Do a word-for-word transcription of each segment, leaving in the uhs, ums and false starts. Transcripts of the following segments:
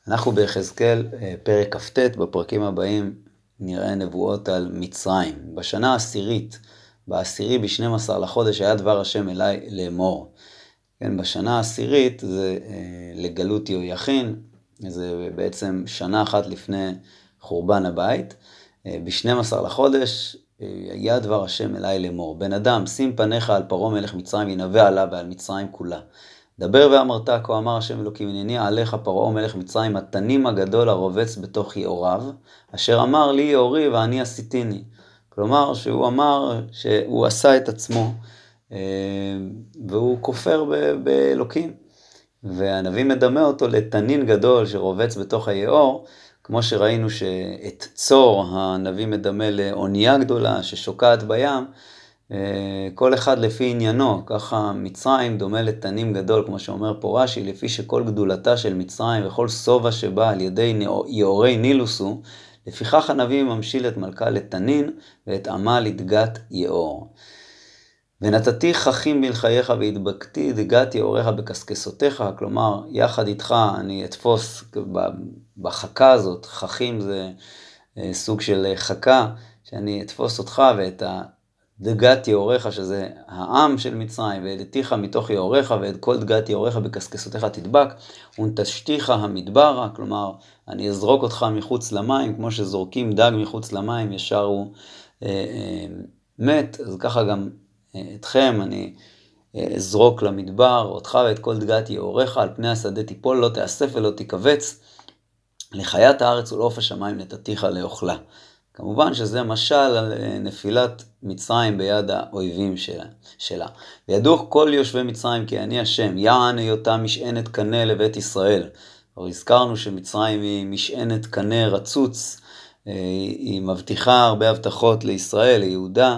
אנחנו ביחזקאל פרק כ"ט, בפרקים הבאים נראה נבואות על מצרים. בשנה העשירית, בעשירי ב-שנים עשר לחודש, היה דבר השם אליי לאמור. כן, בשנה העשירית זה לגלות יהויכין, זה בעצם שנה אחת לפני חורבן הבית. ב-שנים עשר לחודש היה דבר השם אליי לאמור. בן אדם, שים פניך על פרעה מלך מצרים וינבא עליו ועל מצרים כולה. דבר ואמרת, כה אמר השם אלוקים, הנני עליך פרעה מלך מצרים, התנים הגדול הרובץ בתוך יאוריו, אשר אמר לי יאורי ואני עשיתיני. כלומר שהוא אמר שהוא עשה את עצמו, והוא כופר באלוקים. והנביא מדמה אותו לתנין גדול שרובץ בתוך היאור, כמו שראינו שאת צור הנביא מדמה לאונייה גדולה ששוקעת בים, כל אחד לפי עניינו, ככה מצרים דומה לתנים גדול, כמו שאומר פה רש"י, לפי שכל גדולתה של מצרים וכל סובה שבא על ידי יאורי נילוס הוא, לפיכך הנביא ממשיל את מלכה לתנין ואת עמה לדגת יאור. ונתתי חכים בלחייך והדבקתי דגת יאוריך בקסקסותיך, כלומר יחד איתך אני אתפוס בחכה הזאת, חכים זה סוג של חכה, שאני אתפוס אותך ואת ה... דגת יאוריך, שזה העם של מצרים, והעליתיך מתוך יאוריך, ואת כל דגת יאוריך בקסקסותיך תדבק, ונטשתיך המדברה, כלומר, אני אזרוק אותך מחוץ למים, כמו שזורקים דג מחוץ למים, ישר הוא אה, אה, מת, אז ככה גם אה, אתכם, אני אה, אזרוק למדבר, אותך ואת כל דגת יאוריך, על פני השדה תיפול, לא תאסף ולא תיכווץ, לחיית הארץ ולעוף השמיים נתתיך לאוכלה. כמובן שזה משל על נפילת מצרים ביד האויבים שלה. שלה. וידעו כל יושבי מצרים כי אני השם, יען היותה משענת קנה לבית ישראל. כבר הזכרנו שמצרים היא משענת קנה רצוץ, היא מבטיחה הרבה הבטחות לישראל, ליהודה,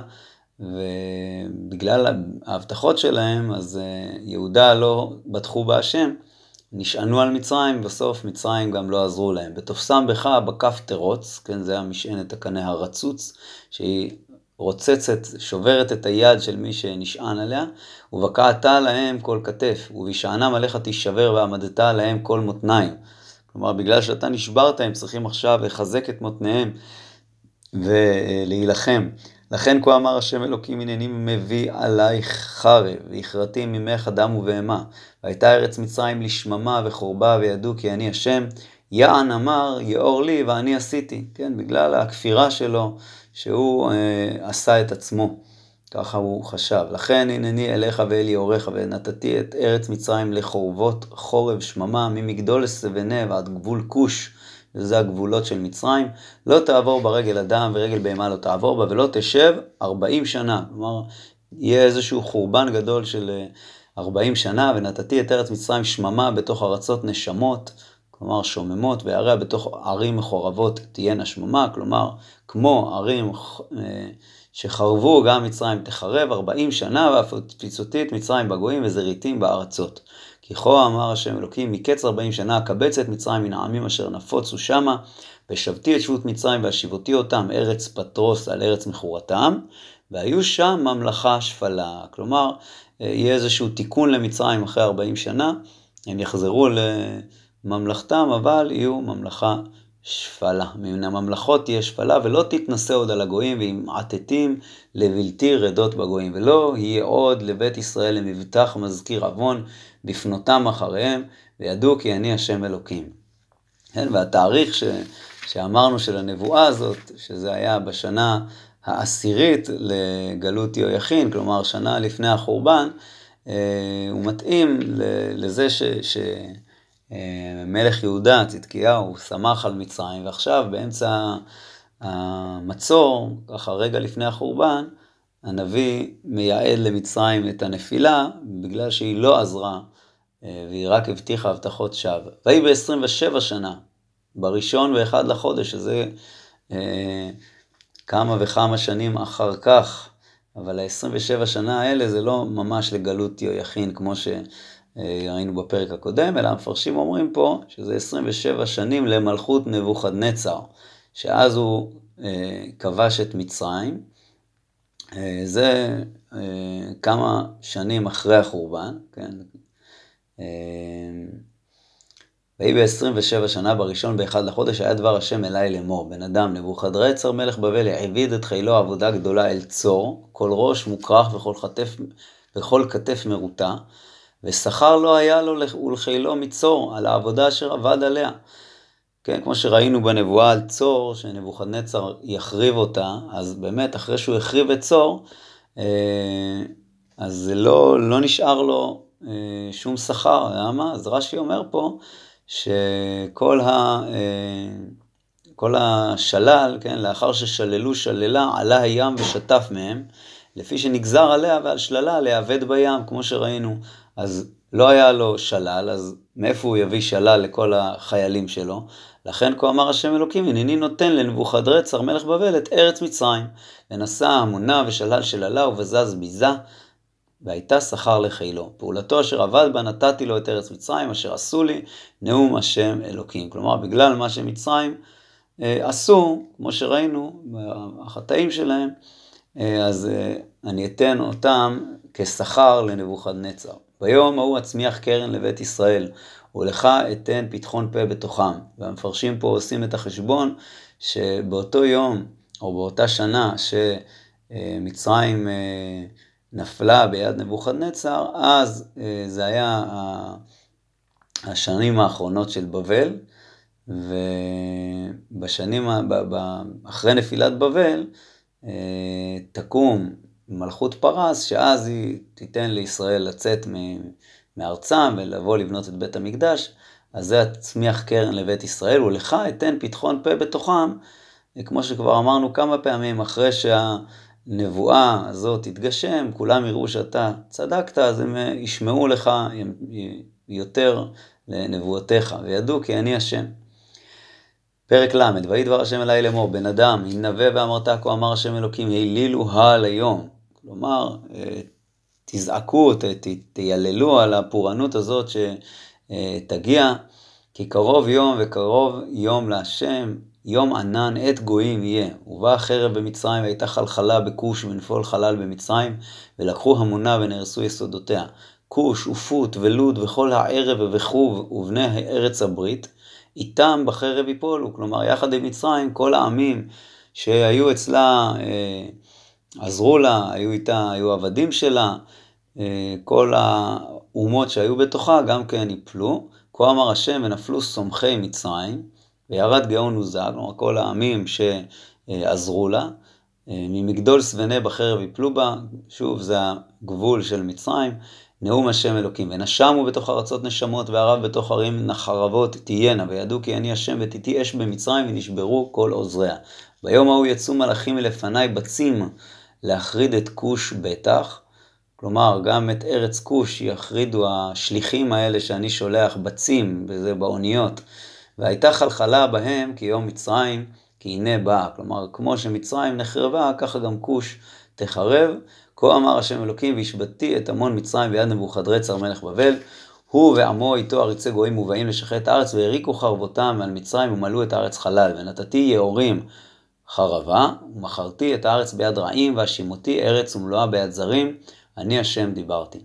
ובגלל ההבטחות שלהם, אז יהודה לא בטחו בהשם, נשענו על מצרים, בסוף מצרים גם לא עזרו להם. בתופסם בך בכף תרוץ, כן, זה המשענת הקנה הרצוץ, שהיא רוצצת, שוברת את היד של מי שנשען עליה, ובקעתה להם כל כתף, ובשענם עליך תישבר ועמדת עליהם כל מותניים. כלומר, בגלל שאתה נשברת, הם צריכים עכשיו לחזק את מותניהם ולהילחם. לכן כה אמר השם אלוקים, הנני מביא עלייך חרב, והכרתי ממך אדם ובהמה. והייתה ארץ מצרים לשממה וחורבה, וידעו כי אני השם. יען אמר יאור לי ואני עשיתי, כן, בגלל הכפירה שלו שהוא אה, עשה את עצמו, ככה הוא חשב. לכן הנני אליך ואל יאוריך, ונתתי את ארץ מצרים לחורבות חורב שממה, ממגדול לסבנה ועד גבול כוש, וזה הגבולות של מצרים, לא תעבור ברגל אדם ורגל בהמה לא תעבור בה, ולא תשב ארבעים שנה. כלומר, יהיה איזשהו חורבן גדול של ארבעים שנה, ונתתי את ארץ מצרים שממה בתוך ארצות נשמות, כלומר שוממות, ועריה בתוך ערים מחורבות תהיינה שממה, כלומר, כמו ערים שחרבו גם מצרים תחרב ארבעים שנה, והפיצותי את מצרים בגויים וזריתים בארצות. כי כה אמר השם אלוקים, מקץ ארבעים שנה אקבץ את מצרים מן העמים אשר נפוצו שמה, ושבתי את שבות מצרים והשיבותי אותם ארץ פטרוס על ארץ מחורתם, והיו שם ממלכה שפלה. כלומר, יהיה איזשהו תיקון למצרים אחרי ארבעים שנה, הם יחזרו לממלכתם, אבל יהיו ממלכה שפלה. מן הממלכות תהיה שפלה, ולא תתנסה עוד על הגויים, ועם עתתים לבלתי רדות בגויים, ולא יהיה עוד לבית ישראל למבטח מזכיר עוון בפנותם אחריהם, וידעו כי אני השם אלוקים. כן? והתאריך ש, שאמרנו של הנבואה הזאת, שזה היה בשנה העשירית לגלות יהויכין, כלומר שנה לפני החורבן, הוא מתאים לזה ש... ש מלך יהודה, צדקיהו, שמח על מצרים, ועכשיו באמצע המצור, ככה רגע לפני החורבן, הנביא מייעד למצרים את הנפילה, בגלל שהיא לא עזרה, והיא רק הבטיחה הבטחות שווא. והיא ב-עשרים ושבע שנה, בראשון ואחד לחודש, שזה אה, כמה וכמה שנים אחר כך, אבל ה-עשרים ושבע שנה האלה זה לא ממש לגלות יהויכין, כמו ש... ראינו בפרק הקודם, אלא המפרשים אומרים פה שזה עשרים ושבע שנים למלכות נבוכדנצר, שאז הוא אה, כבש את מצרים, אה, זה אה, כמה שנים אחרי החורבן, כן? אה, ויהי ב-עשרים ושבע שנה בראשון באחד לחודש היה דבר השם אליי לאמור, בן אדם, נבוכדרצר מלך בבל העביד את חילו עבודה גדולה אל צור, כל ראש מוכרח וכל כתף, וכל כתף מרוטה, ושכר לא היה לו ולחילו מצור על העבודה אשר עבד עליה. כן, כמו שראינו בנבואה על צור, שנבוכדנצר יחריב אותה, אז באמת אחרי שהוא יחריב את צור, אז זה לא, לא נשאר לו שום שכר. למה? אז רש"י אומר פה, שכל ה, כל השלל, כן, לאחר ששללו שללה, עלה הים ושטף מהם, לפי שנגזר עליה ועל שללה להיאבד בים, כמו שראינו. אז לא היה לו שלל, אז מאיפה הוא יביא שלל לכל החיילים שלו? לכן כה אמר השם אלוקים, הנני נותן לנבוכדרצר מלך בבל את ארץ מצרים, ונשא המונה ושלל שללה ובזז ביזה, והייתה שכר לחילו. פעולתו אשר עבד בה נתתי לו את ארץ מצרים, אשר עשו לי נאום השם אלוקים. כלומר, בגלל מה שמצרים אה, עשו, כמו שראינו, החטאים שלהם, אה, אז אה, אני אתן אותם כשכר לנבוכדנצר. ביום ההוא אצמיח קרן לבית ישראל, ולך אתן פתחון פה בתוכם. והמפרשים פה עושים את החשבון, שבאותו יום, או באותה שנה, שמצרים אה, נפלה ביד נבוכדנצר, אז אה, זה היה השנים האחרונות של בבל, ובשנים, אחרי נפילת בבל, אה, תקום מלכות פרס, שאז היא תיתן לישראל לצאת מארצם, ולבוא לבנות את בית המקדש. אז זה הצמיח קרן לבית ישראל, ולך אתן פתחון פה בתוכם, כמו שכבר אמרנו כמה פעמים, אחרי שה... נבואה הזאת תתגשם, כולם יראו שאתה צדקת, אז הם ישמעו לך יותר לנבואתך, וידעו כי אני השם. פרק למד, ויהי דבר השם אליי לאמור, בן אדם, הנבא ואמרת כה אמר השם אלוקים, העלילו על היום. כלומר, תזעקו, ת, ת, תייללו על הפורענות הזאת שתגיע, כי קרוב יום וקרוב יום להשם, יום ענן עת גויים יהיה, ובאה חרב במצרים והייתה חלחלה בכוש ונפול חלל במצרים, ולקחו המונה ונהרסו יסודותיה. כוש ופוט ולוד וכל הערב וחוב ובני ארץ הברית, איתם בחרב יפולו. כלומר, יחד עם מצרים, כל העמים שהיו אצלה, אה, עזרו לה, היו איתה, היו עבדים שלה, אה, כל האומות שהיו בתוכה גם כן יפלו. כה אמר השם ונפלו סומכי מצרים, וירד גאון עוזה, כלומר כל העמים שעזרו לה, ממגדול סבנה בחרב יפלו בה, שוב זה הגבול של מצרים, נאום השם אלוקים, ונשמו בתוך ארצות נשמות, וערב בתוך ערים נחרבות תהיינה, וידעו כי אני השם, ותיתי אש במצרים, ונשברו כל עוזריה. ביום ההוא יצאו מלאכים מלפניי בצים, להחריד את כוש בטח, כלומר גם את ארץ כוש יחרידו השליחים האלה שאני שולח בצים, וזה באוניות, והייתה חלחלה בהם כיום מצרים, כי הנה באה. כלומר, כמו שמצרים נחרבה, ככה גם כוש תחרב. כה אמר השם אלוקים, והשבתי את המון מצרים ביד נבוכדרצר מלך בבל, הוא ועמו איתו עריצי גויים ובאים לשחט את הארץ, והריקו חרבותם על מצרים ומלאו את הארץ חלל. ונתתי יאורים חרבה, ומכרתי את הארץ ביד רעים, והשימותי ארץ ומלואה ביד זרים, אני השם דיברתי.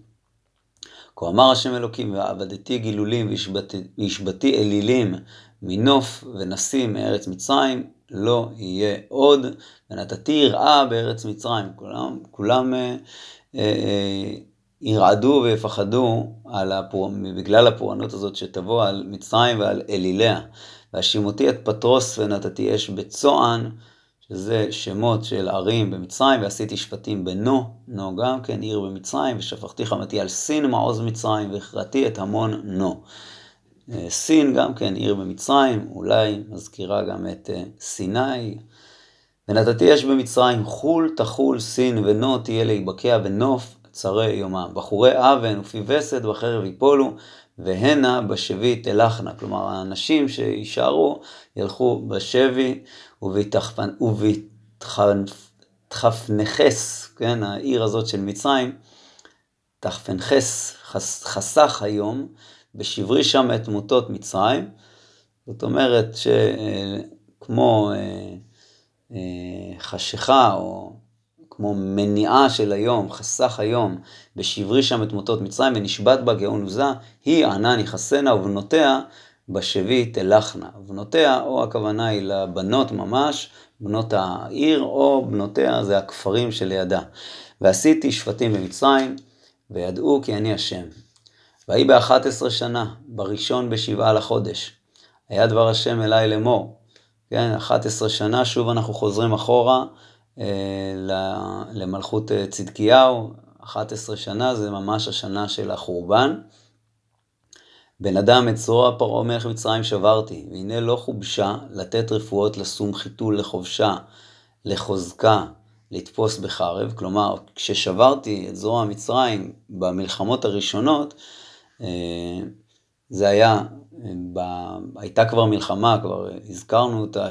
כה אמר השם אלוקים, ועבדתי גילולים והשבתי אלילים מנוף ונסים מארץ מצרים, לא יהיה עוד, ונתתי יראה בארץ מצרים. כולם, כולם אה, אה, ירעדו ויפחדו על הפור... בגלל הפורענות הזאת שתבוא על מצרים ועל אליליה. והשימותי את פטרוס ונתתי אש בצוען, שזה שמות של ערים במצרים, ועשיתי שפטים בנו, נו גם כן עיר במצרים, ושפכתי חמתי על סין מעוז מצרים, והכרתי את המון נו. סין גם כן עיר במצרים, אולי מזכירה גם את סיני. ונתתי אש במצרים, חול תחול סין ונו תהיה להיבקע בנוף צרי יומם. בחורי אבן ופי וסד בחרב יפולו, והנה בשבי תלחנה. כלומר, האנשים שישארו ילכו בשבי ובתחפנחס, כן, העיר הזאת של מצרים, תחפנחס חסך היום, בשברי שם את מוטות מצרים. זאת אומרת שכמו חשיכה או כמו מניעה של היום, חסך היום, בשברי שם את מוטות מצרים, ונשבת בה גאון עוזה, היא ענן יחסנה ובנותיה בשבי תלכנה. בנותיה, או הכוונה היא לבנות ממש, בנות העיר, או בנותיה זה הכפרים שלידה. ועשיתי שבטים במצרים, וידעו כי אני השם. והיא באחת עשרה שנה, בראשון בשבעה לחודש. היה דבר השם אליי לאמור. כן, אחת עשרה שנה, שוב אנחנו חוזרים אחורה אה, למלכות צדקיהו. אחת עשרה שנה זה ממש השנה של החורבן. בן אדם את זרוע פרעה מלך מצרים שברתי, והנה לא חובשה לתת רפואות לשום חיתול לחובשה, לחוזקה, לתפוס בחרב. כלומר, כששברתי את זרוע מצרים במלחמות הראשונות, זה היה, ב... הייתה כבר מלחמה, כבר הזכרנו אותה,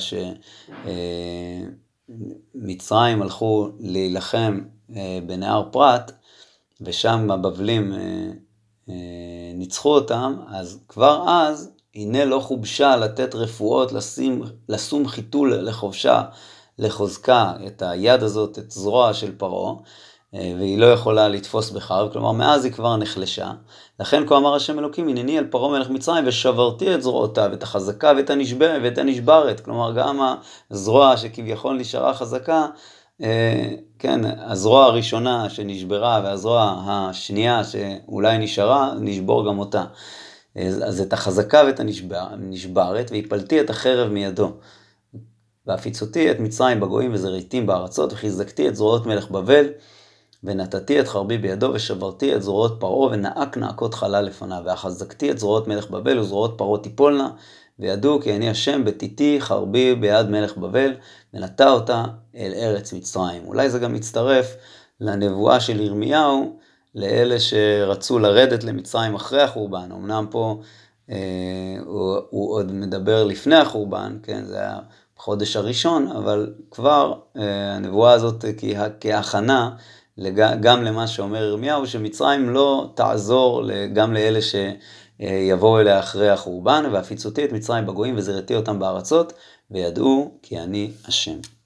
שמצרים הלכו להילחם בנהר פרת, ושם הבבלים ניצחו אותם, אז כבר אז, הנה לא חובשה לתת רפואות, לשים, לשום חיתול לחובשה, לחוזקה, את היד הזאת, את זרוע של פרעה, והיא לא יכולה לתפוס בחרב, כלומר מאז היא כבר נחלשה. לכן כה אמר השם אלוקים, הנני על פרעה מלך מצרים, ושברתי את זרועותיו, את החזקה ואת הנשברת, ואת הנשברת. כלומר גם הזרוע שכביכול נשארה חזקה, כן, הזרוע הראשונה שנשברה, והזרוע השנייה שאולי נשארה, נשבור גם אותה. אז את החזקה ואת הנשברת, והפלתי את החרב מידו. והפיצותי את מצרים בגויים וזרעיתים בארצות, וחיזקתי את זרועות מלך בבל, ונתתי את חרבי בידו, ושברתי את זרועות פרעה, ונעק נעקות חלל לפניו, והחזקתי את זרועות מלך בבל, וזרועות פרעה תיפולנה, וידעו כי אני השם בתיתי חרבי ביד מלך בבל, ונטע אותה אל ארץ מצרים. אולי זה גם מצטרף לנבואה של ירמיהו, לאלה שרצו לרדת למצרים אחרי החורבן. אמנם פה אה, הוא, הוא עוד מדבר לפני החורבן, כן, זה היה בחודש הראשון, אבל כבר אה, הנבואה הזאת כה, כהכנה, גם למה שאומר ירמיהו, שמצרים לא תעזור גם לאלה שיבואו אליה אחרי החורבן, והפיצותי את מצרים בגויים וזרעתי אותם בארצות, וידעו כי אני השם.